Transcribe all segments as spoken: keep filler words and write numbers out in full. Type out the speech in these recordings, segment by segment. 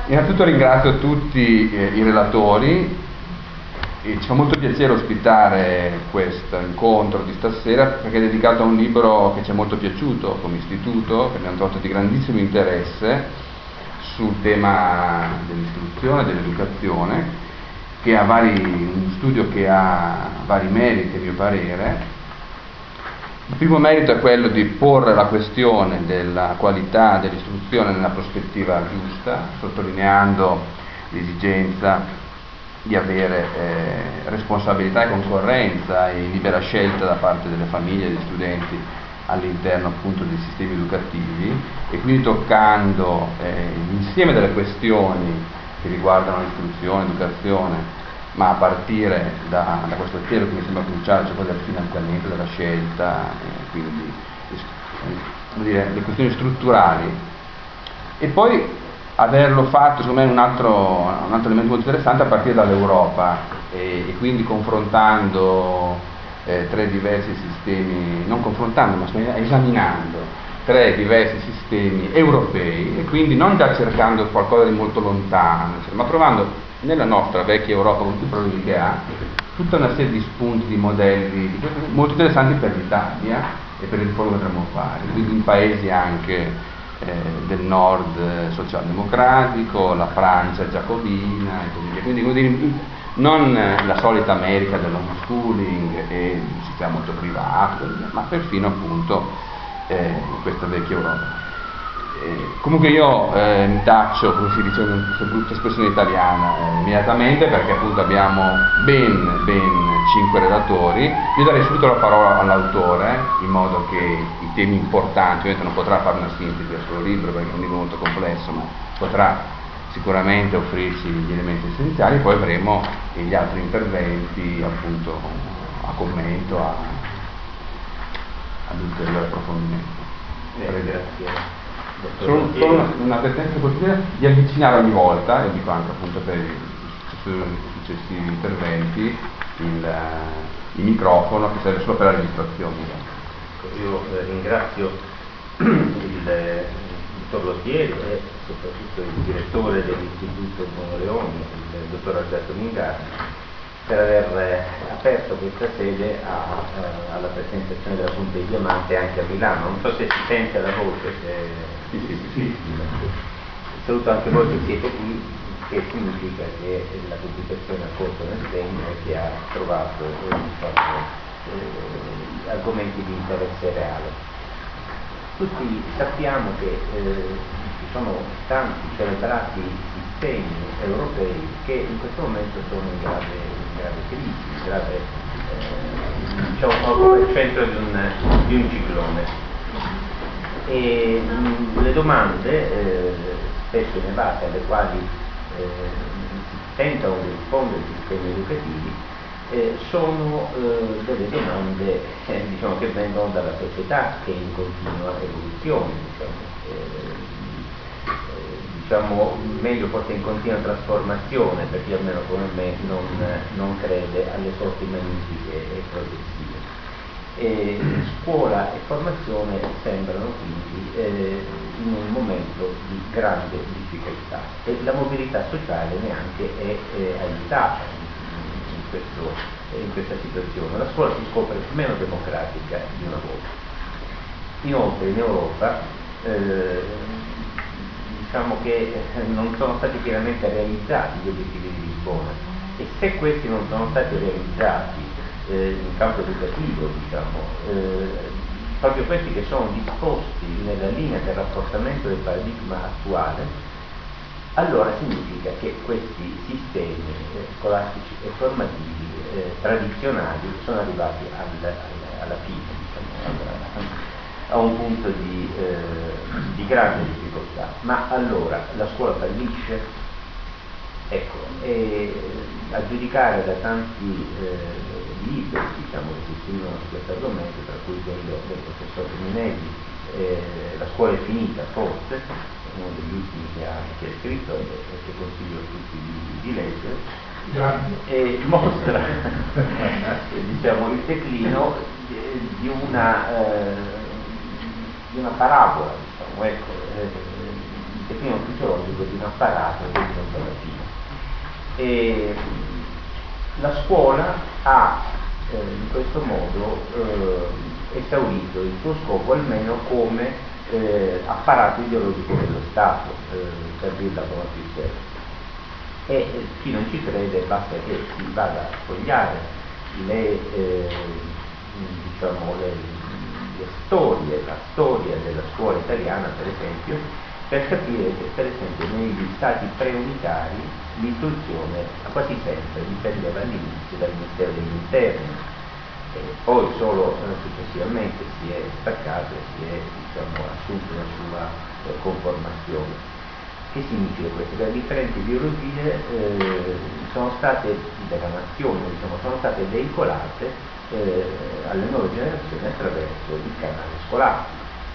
Innanzitutto ringrazio tutti eh, i relatori e ci fa molto piacere ospitare questo incontro di stasera perché è dedicato a un libro che ci è molto piaciuto come istituto, che abbiamo trovato di grandissimo interesse sul tema dell'istruzione e dell'educazione, che ha vari, un studio che ha vari meriti a mio parere. Il primo merito è quello di porre la questione della qualità dell'istruzione nella prospettiva giusta, sottolineando l'esigenza di avere eh, responsabilità e concorrenza e libera scelta da parte delle famiglie e degli studenti all'interno appunto dei sistemi educativi, e quindi toccando eh, l'insieme delle questioni che riguardano l'istruzione, l'educazione, ma a partire da, da questo tema che mi sembra cruciale, cioè quello del finanziamento, della scelta, eh, quindi eh, dire, le questioni strutturali. E poi averlo fatto, secondo me, è un altro, un altro elemento molto interessante, a partire dall'Europa, e, e quindi confrontando eh, tre diversi sistemi, non confrontando, ma esaminando tre diversi sistemi europei, e quindi non già cercando qualcosa di molto lontano, ma provando nella nostra vecchia Europa, con tutti i problemi che ha, tutta una serie di spunti, di modelli molto interessanti per l'Italia e per il riforme che potremmo fare, quindi in paesi anche eh, del nord socialdemocratico, la Francia giacobina e così via, quindi, quindi non la solita America dell'homeschooling e un sistema molto privato, ma perfino appunto eh, questa vecchia Europa. Eh, comunque io eh, mi taccio, come si dice in questa espressione italiana, eh, immediatamente, perché appunto abbiamo ben, ben cinque relatori. Io darei subito la parola all'autore, in modo che i temi importanti, ovviamente non potrà fare una sintesi del suo libro perché è un libro molto complesso, ma potrà sicuramente offrirci gli elementi essenziali, poi avremo gli altri interventi appunto a commento, a, ad ulteriore approfondimento. Eh, grazie. Solo, solo una, una avvertenza possibile di avvicinare ogni volta, e dico anche appunto per i successivi interventi, il, il microfono, che serve solo per la registrazione. Io eh, ringrazio il dottor Lottieri e soprattutto il direttore dell'Istituto Bonoleoni, il dottor Alberto Mingardi, per aver aperto questa sede a, a, alla presentazione della Punta di Diamante anche a Milano. Non so se si sente la voce, se... Sì, sì, sì, sì. Saluto anche voi che siete qui, che significa che la pubblicazione ha corso nel segno e che ha trovato eh, diciamo, eh, argomenti di interesse reale. Tutti sappiamo che eh, ci sono tanti celebrati sistemi europei che in questo momento sono in grave, in grave crisi, in grave, eh, diciamo, sono come il centro di un, di un ciclone. E mh, le domande, eh, spesso in base alle quali eh, si tentano di rispondere i sistemi educativi, eh, sono eh, delle domande eh, diciamo, che vengono dalla società, che è in continua evoluzione, diciamo, eh, eh, diciamo meglio forse in continua trasformazione, perché almeno come me non, non crede alle sorti magnifiche e progressive. E scuola e formazione sembrano quindi eh, in un momento di grande difficoltà, e la mobilità sociale neanche è eh, aiutata in, in, questo, in questa situazione. La scuola si scopre meno democratica di una volta. Inoltre in Europa eh, diciamo che non sono stati pienamente realizzati gli obiettivi di Lisbona, e se questi non sono stati realizzati Eh, in campo educativo, diciamo, eh, proprio questi che sono disposti nella linea del rafforzamento del paradigma attuale, allora significa che questi sistemi eh, scolastici e formativi eh, tradizionali sono arrivati al, al, alla fine, diciamo, alla, a un punto di, eh, di grande difficoltà. Ma allora la scuola fallisce? Ecco, e, a giudicare da tanti eh, libri, diciamo, che si scrivono su questo argomento, tra cui quello del professor Minelli, eh, La scuola è finita, forse, uno degli ultimi che ha, che ha scritto e, e che consiglio a tutti di, di leggere, e mostra diciamo, il declino di, di, una, eh, di una parabola, diciamo, ecco, eh, tecnico fisiologico di un apparato che è alla fine. E la scuola ha eh, in questo modo eh, esaurito il suo scopo almeno come eh, apparato ideologico dello Stato, eh, per dirla come più seria. E eh, chi non ci crede basta che si vada a sfogliare le, eh, diciamo, le, le storie, la storia della scuola italiana per esempio, per capire che per esempio negli stati preunitari l'istruzione quasi sempre dipendeva all'inizio dal Ministero degli Interni, e poi solo eh, successivamente si è staccato e si è diciamo, assunto una sua eh, conformazione. Che significa questo? Che le differenti ideologie eh, sono state, della nazione, diciamo, sono state veicolate eh, alle nuove generazioni attraverso il canale scolastico.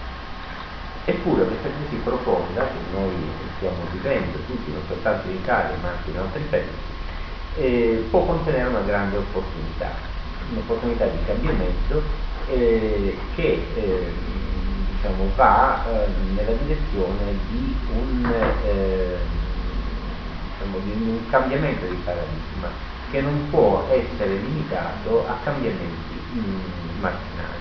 Eppure questa crisi profonda che noi stiamo vivendo tutti, non soltanto in Italia ma anche in altri paesi, eh, può contenere una grande opportunità, un'opportunità di cambiamento eh, che eh, diciamo, va eh, nella direzione di un, eh, diciamo, di un cambiamento di paradigma che non può essere limitato a cambiamenti mh, marginali.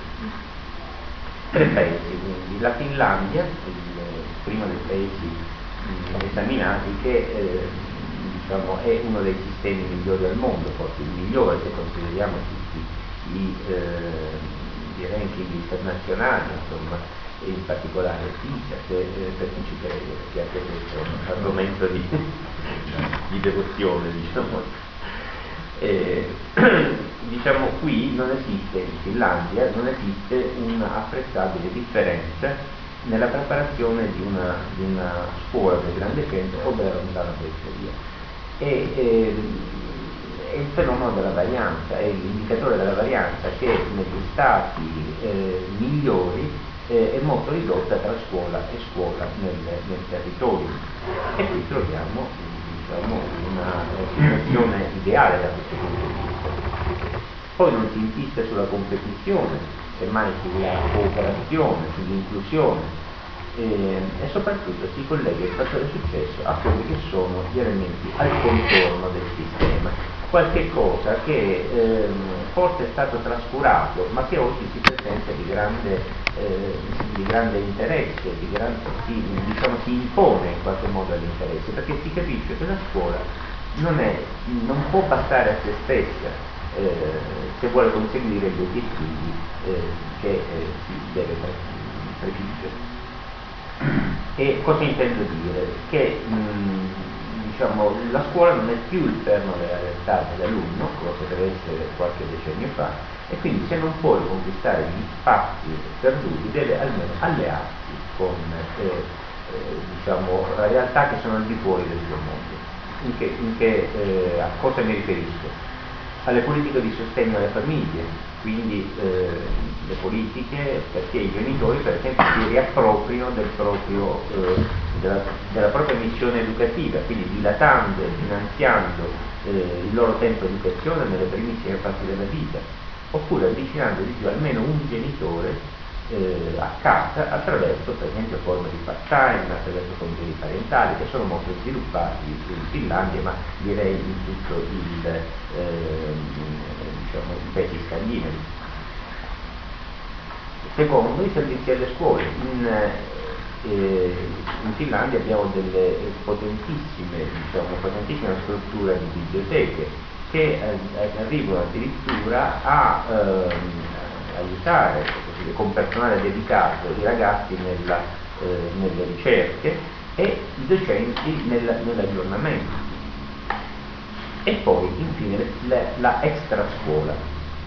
Tre paesi, quindi la Finlandia, il primo dei paesi mh, esaminati, che eh, diciamo, è uno dei sistemi migliori al mondo, forse il migliore se consideriamo tutti i, eh, i ranking internazionali, insomma, in particolare PISA, che eh, per chi ci crede, perché anche questo è un argomento di, di devozione, diciamo. Eh, diciamo qui non esiste, in Finlandia non esiste un'apprezzabile differenza nella preparazione di una, di una scuola del grande centro o della lontana periferia. E eh, è il fenomeno della varianza, è l'indicatore della varianza che negli stati eh, migliori eh, è molto ridotta tra scuola e scuola nel, nel territorio. E qui troviamo diciamo, una situazione ideale da questo punto di vista. Poi non si insiste sulla competizione, semmai sulla cooperazione, sull'inclusione eh, e soprattutto si collega il fattore successo a quelli che sono gli elementi al contorno del sistema, qualche cosa che eh, forse è stato trascurato ma che oggi si presenta di grande, eh, di grande interesse, di grande, si, diciamo, si impone in qualche modo all'interesse, perché si capisce che la scuola non, è, non può bastare a se stessa eh, se vuole conseguire gli obiettivi eh, che eh, si deve prefiggere. E cosa intendo dire? Che mh, diciamo, la scuola non è più il perno della realtà dell'alunno, come poteva essere qualche decennio fa, e quindi se non può conquistare gli spazi perduti deve almeno allearsi con eh, eh, diciamo, realtà che sono al di fuori del suo mondo. In che, in che, eh, a cosa mi riferisco? Alle politiche di sostegno alle famiglie, quindi eh, le politiche perché i genitori per esempio si riapproprino del proprio, eh, della, della propria missione educativa, quindi dilatando e finanziando eh, il loro tempo di educazione nelle primissime fasi della vita, oppure avvicinando di più almeno un genitore eh, a casa attraverso per esempio forme di part-time, attraverso congedi parentali che sono molto sviluppati in Finlandia, ma direi in tutto il eh, diciamo, i paesi scandinavi. Secondo, i servizi alle scuole. In, eh, in Finlandia abbiamo delle potentissime, diciamo, potentissime strutture di biblioteche che eh, arrivano addirittura a eh, aiutare così, con personale dedicato i ragazzi nella, eh, nelle ricerche e i docenti nella, nell'aggiornamento. E poi infine la, la extra scuola,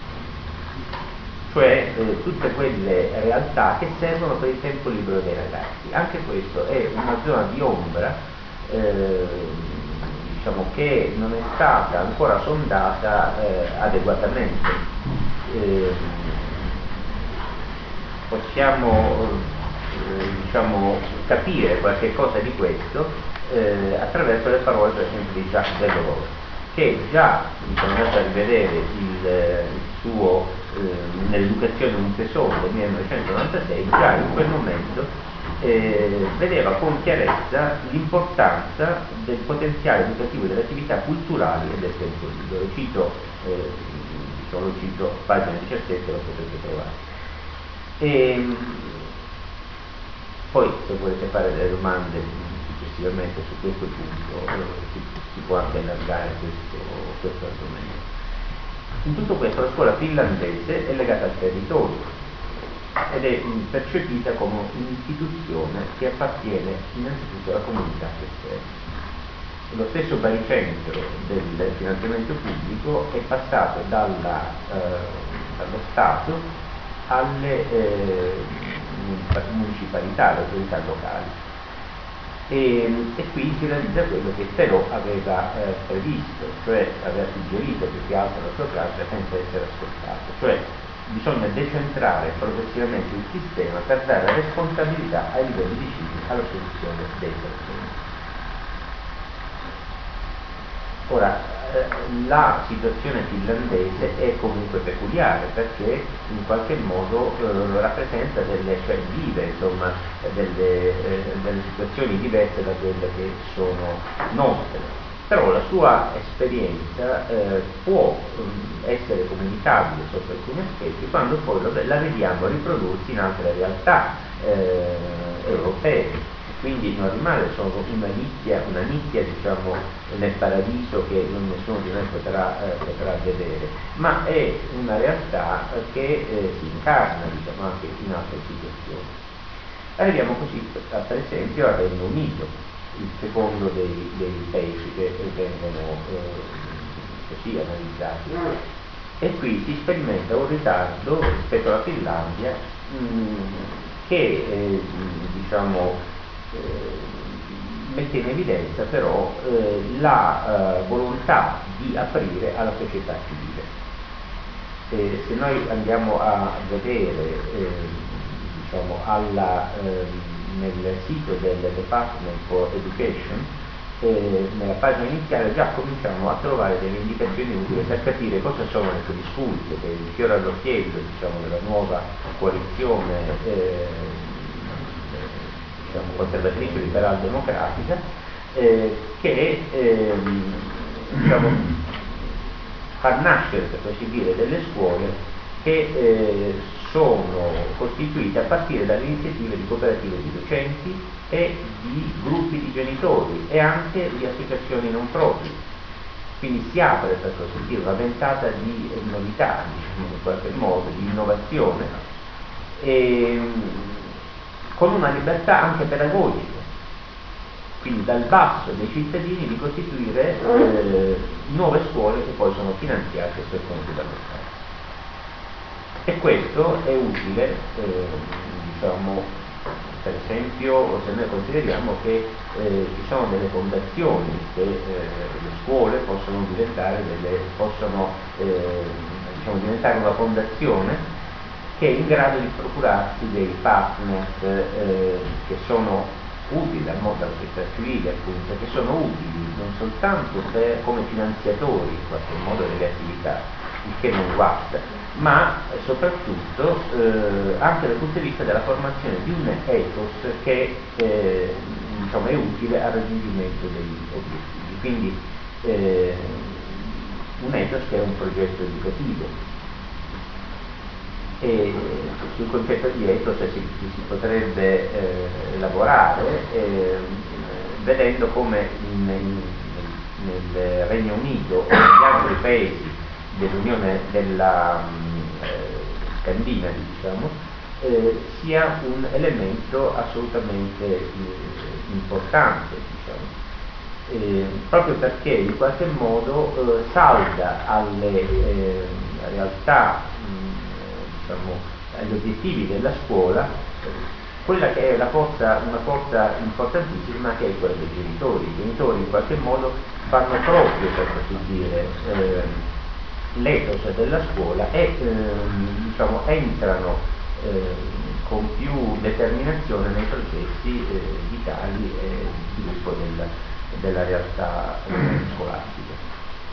cioè eh, tutte quelle realtà che servono per il tempo libero dei ragazzi. Anche questo è una zona di ombra eh, diciamo, che non è stata ancora sondata eh, adeguatamente. Eh, possiamo eh, diciamo, capire qualche cosa di questo eh, attraverso le parole per esempio di Jacques Delors, che già sono andato a rivedere il, il suo eh, nell'educazione un tesoro del millenovecentonovantasei, già in quel momento eh, vedeva con chiarezza l'importanza del potenziale educativo delle attività culturali e del tempo libero. Lo cito, eh, diciamo, lo cito pagina diciassette, lo potete trovare. E, poi se volete fare delle domande successivamente su questo punto eh, si, si può anche allargare questo, questo argomento. In tutto questo la scuola finlandese è legata al territorio ed è percepita come un'istituzione che appartiene innanzitutto alla comunità esterna. Lo stesso baricentro del finanziamento pubblico è passato dalla, eh, dallo Stato alle eh, municipalità, alle autorità locali. E, e qui si realizza quello che Però aveva eh, previsto, cioè aveva suggerito più che altro alla sua classe senza essere ascoltato, cioè bisogna decentrare progressivamente il sistema per dare responsabilità ai livelli vicini alla soluzione dei problemi. Ora, eh, la situazione finlandese è comunque peculiare perché in qualche modo eh, rappresenta delle, cioè vive insomma, delle, eh, delle situazioni diverse da quelle che sono nostre. Però la sua esperienza eh, può eh, essere comunicabile sotto alcuni aspetti quando poi la vediamo riprodursi in altre realtà eh, europee. Quindi non rimane solo una nicchia, una nicchia diciamo, nel paradiso che non nessuno di noi potrà, eh, potrà vedere, ma è una realtà che eh, si incarna diciamo, anche in altre situazioni. Arriviamo così per esempio al Regno Unito, il secondo dei, dei paesi che vengono eh, così analizzati. E qui si sperimenta un ritardo rispetto alla Finlandia mh, che eh, diciamo Eh, mette in evidenza però eh, la eh, volontà di aprire alla società civile. Eh, se noi andiamo a vedere eh, diciamo alla, eh, nel sito del Department for Education, eh, nella pagina iniziale già cominciamo a trovare delle indicazioni utili per capire cosa sono le risulti, che è il fiore all'occhiello diciamo, della nuova coalizione eh, diciamo, conservatrice liberal democratica eh, che eh, diciamo, fa nascere per così dire delle scuole che eh, sono costituite a partire dalle iniziative di cooperative di docenti e di gruppi di genitori e anche di associazioni non proprie. Quindi si apre per così dire una ventata di novità, diciamo, in qualche modo, di innovazione e, con una libertà anche pedagogica, quindi dal basso dei cittadini di costituire eh, nuove scuole che poi sono finanziate e sostenute dallo Stato. E questo è utile, eh, diciamo, per esempio, se noi consideriamo che eh, ci sono delle fondazioni che eh, le scuole possono diventare, delle, possono, eh, diciamo, diventare una fondazione che è in grado di procurarsi dei partner eh, che sono utili al mondo della società civile, appunto, che sono utili non soltanto per, come finanziatori in qualche modo delle attività, il che non guasta, ma soprattutto eh, anche dal punto di vista della formazione di un ethos che eh, diciamo, è utile al raggiungimento degli obiettivi. Quindi eh, un ethos che è un progetto educativo. E sul concetto di ethos si, si potrebbe eh, lavorare eh, vedendo come in, in, nel Regno Unito o negli altri paesi dell'Unione della eh, Scandinavia diciamo, eh, sia un elemento assolutamente eh, importante diciamo, eh, proprio perché in qualche modo eh, salda alle eh, realtà mh, diciamo, agli obiettivi della scuola quella che è la forza, una forza importantissima che è quella dei genitori. I genitori in qualche modo fanno proprio, per così dire, eh, l'ethos della scuola e eh, diciamo, entrano eh, con più determinazione nei processi eh, vitali e di sviluppo della, della realtà eh, scolastica.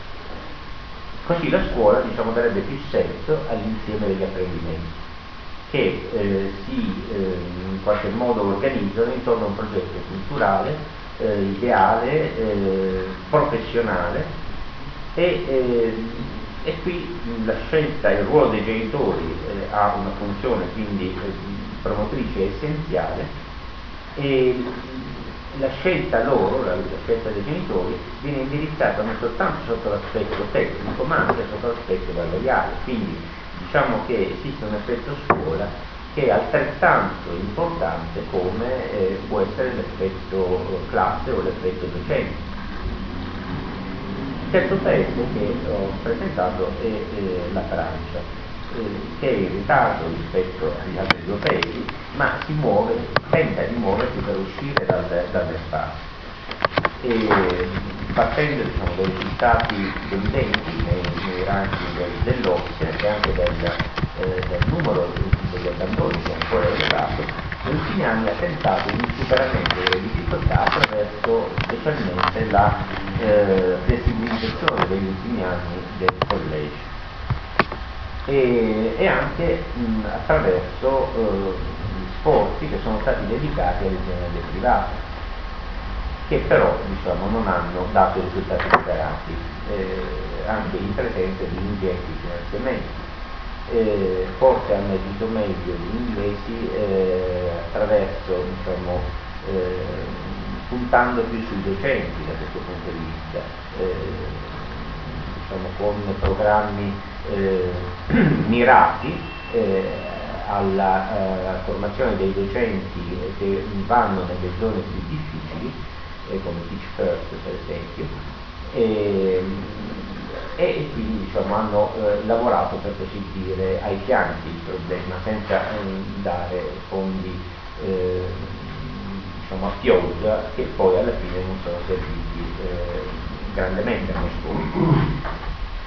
Così la scuola diciamo, darebbe più senso all'insieme degli apprendimenti, che eh, si eh, in qualche modo organizzano intorno a un progetto culturale, eh, ideale, eh, professionale e, eh, e qui la scelta e il ruolo dei genitori eh, ha una funzione quindi eh, promotrice essenziale e la scelta loro, la, la scelta dei genitori viene indirizzata non soltanto sotto l'aspetto tecnico ma anche sotto l'aspetto valoriale, quindi diciamo che esiste un effetto scuola che è altrettanto importante come eh, può essere l'effetto classe o l'effetto docente. Il terzo paese che ho presentato è eh, la Francia, eh, che è in ritardo rispetto agli altri due paesi, ma si muove, tenta di muoversi per uscire dal, dall'impasse. E partendo diciamo, dai risultati deludenti nei, nei ranking del, dell'O C S E e anche del, eh, del numero degli abbandoni che è ancora elevato, negli ultimi anni ha tentato il superamento delle difficoltà attraverso specialmente la eh, flessibilizzazione degli ultimi anni del college e, e anche mh, attraverso eh, gli sforzi che sono stati dedicati alle aziende private, che però diciamo, non hanno dato i risultati sperati, eh, anche in presenza di ingenti finanziamenti. Eh, forse hanno agito meglio gli inglesi eh, attraverso, diciamo, eh, puntando più sui docenti da questo punto di vista, eh, diciamo, con programmi eh, mirati eh, alla eh, formazione dei docenti che vanno nelle zone più difficili, eh, come Teach First per esempio, e, e quindi diciamo, hanno eh, lavorato per così dire ai fianchi il problema senza eh, dare fondi eh, diciamo, a pioggia che poi alla fine non sono serviti eh, grandemente allo scuola.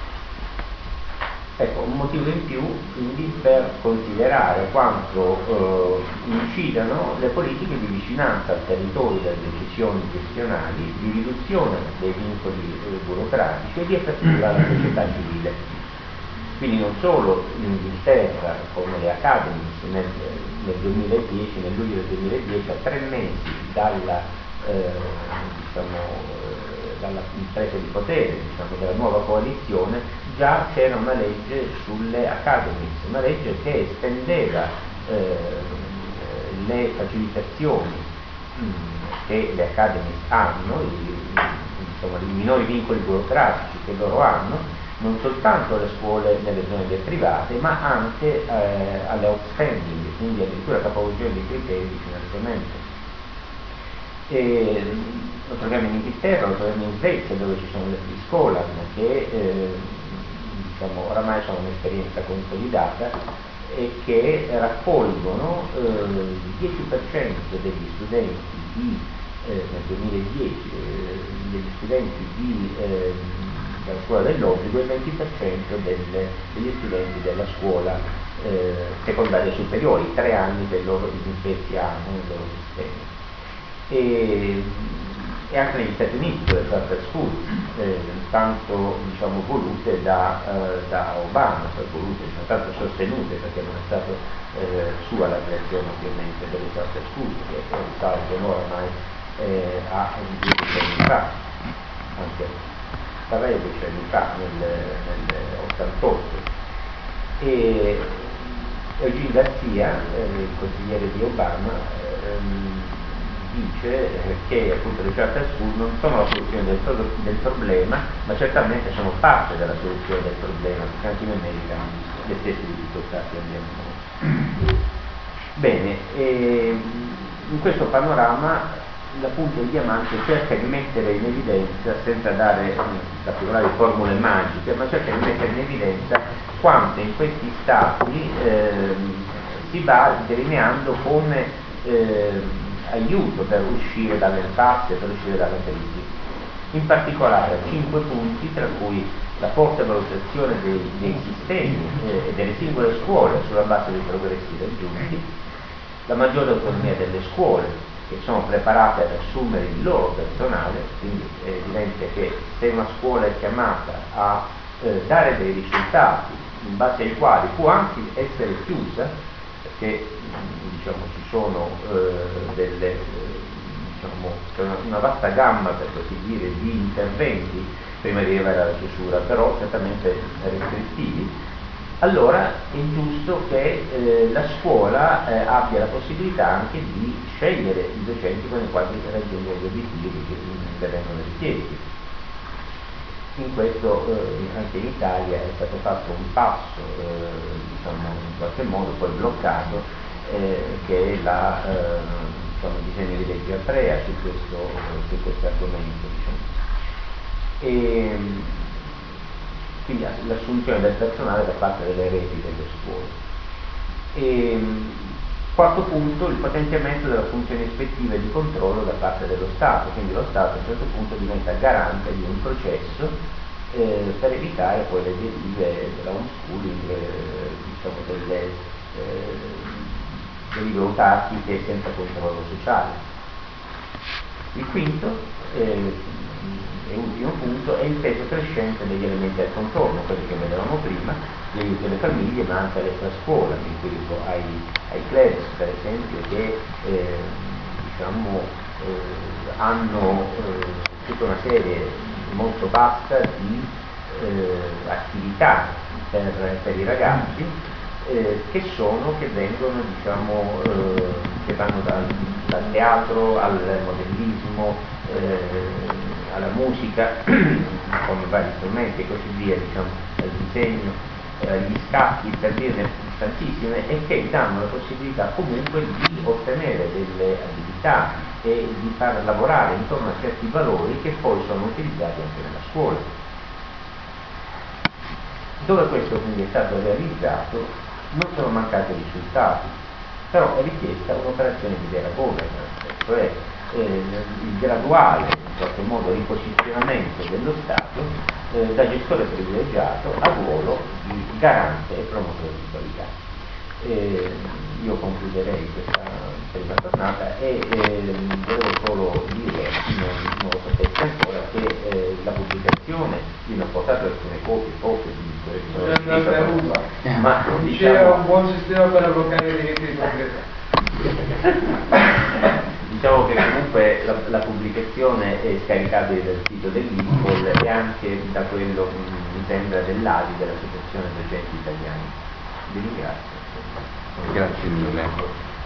Ecco, un motivo in più quindi per considerare quanto eh, incidano le politiche di vicinanza al territorio delle decisioni gestionali, di riduzione dei vincoli eh, burocratici e di apertura alla società civile. Quindi non solo in Inghilterra, come le Academies nel, nel duemiladieci, nel luglio del duemiladieci, a tre mesi dalla, eh, diciamo, dalla presa di potere diciamo, della nuova coalizione, già c'era una legge sulle Academies, una legge che estendeva eh, le facilitazioni mh, che le Academies hanno, i, insomma, i minori vincoli burocratici che loro hanno, non soltanto alle scuole nelle zone private, ma anche eh, alle outstanding, quindi addirittura capovolgendo i criteri di finanziamento. E, lo troviamo in Inghilterra, lo troviamo in Svezia, dove ci sono le free scholar, che eh, diciamo, oramai sono un'esperienza consolidata e che raccolgono eh, il dieci per cento degli studenti di, eh, nel duemiladieci, eh, degli studenti di, eh, della scuola dell'obbligo e il venti per cento delle, degli studenti della scuola eh, secondaria superiore, i tre anni che loro in Svezia hanno nel loro sistema. E, e anche negli Stati Uniti, dove charter school, eh, tanto diciamo, volute da, eh, da Obama, cioè volute, sono tanto sostenute perché non è stato eh, sua la creazione ovviamente delle charter school, che risalgono ormai eh, a dieci anni fa, anche parecchi anni fa, nel, nel ottantotto. E Eugene Garcia, eh, il consigliere di Obama, ehm, dice che appunto le charter school non sono la soluzione del, pro- del problema, ma certamente sono parte della soluzione del problema, perché anche in America hanno le stesse difficoltà che abbiamo noi. Bene, e in questo panorama la punta di diamante cerca di mettere in evidenza, senza dare particolari formule magiche, ma cerca di mettere in evidenza quanto in questi stati eh, si va delineando come eh, aiuto per uscire dall'impasse, per uscire dalla crisi. In particolare cinque punti, tra cui la forte valutazione dei, dei sistemi eh, e delle singole scuole sulla base dei progressi raggiunti, la maggiore autonomia delle scuole, che sono preparate ad assumere il loro personale, quindi è evidente che se una scuola è chiamata a eh, dare dei risultati in base ai quali può anche essere chiusa, che diciamo, ci sono eh, delle, diciamo, una vasta gamma, per così dire, di interventi prima di arrivare alla chiusura, però certamente restrittivi, allora è giusto che eh, la scuola eh, abbia la possibilità anche di scegliere i docenti con i quali raggiungere gli obiettivi che le vengono richiesti. In questo eh, anche in Italia è stato fatto un passo, eh, diciamo, in qualche modo poi bloccato, eh, che è la, eh, diciamo, il disegno di legge Aprea su questo, su questo argomento. Diciamo. E, quindi l'assunzione del personale da parte delle reti delle scuole. E, quarto punto, il potenziamento della funzione ispettiva e di controllo da parte dello Stato, quindi lo Stato a un certo punto diventa garante di un processo eh, per evitare poi le derive della homeschooling, eh, diciamo delle eh, derive autatiche senza controllo sociale. Il quinto eh, e ultimo punto è il peso crescente degli elementi al contorno, quelli che vedevamo prima, gli aiuti alle famiglie ma anche all'extrascuola, mi riferisco ai, ai clubs per esempio che eh, diciamo, eh, hanno eh, tutta una serie molto vasta di eh, attività per, per i ragazzi eh, che sono, che vengono, diciamo, eh, che vanno dal, dal teatro al modellismo, eh, alla musica con i vari strumenti e così via, diciamo, al disegno, eh, agli scacchi, per dirne tantissime, e che danno la possibilità comunque di ottenere delle abilità e di far lavorare intorno a certi valori che poi sono utilizzati anche nella scuola. Dove questo quindi è stato realizzato non sono mancati risultati, però è richiesta un'operazione di vera governance, cioè eh, il graduale in qualche modo riposizionamento dello Stato eh, da gestore privilegiato al ruolo di garante e promotore di qualità. Eh, io concluderei questa prima tornata e eh, volevo solo dire, non, non lo sapete ancora, che eh, la pubblicazione, io ne ho portato alcune copie, poche di questo, ma non diciamo, c'era un buon sistema per bloccare i diritti di proprietà. Diciamo che comunque la, la pubblicazione è scaricabile dal sito dell'I N P O L e anche da quello, mi sembra, dell'A D I, dell'Associazione Docenti Italiani. Vi ringrazio. Grazie mille.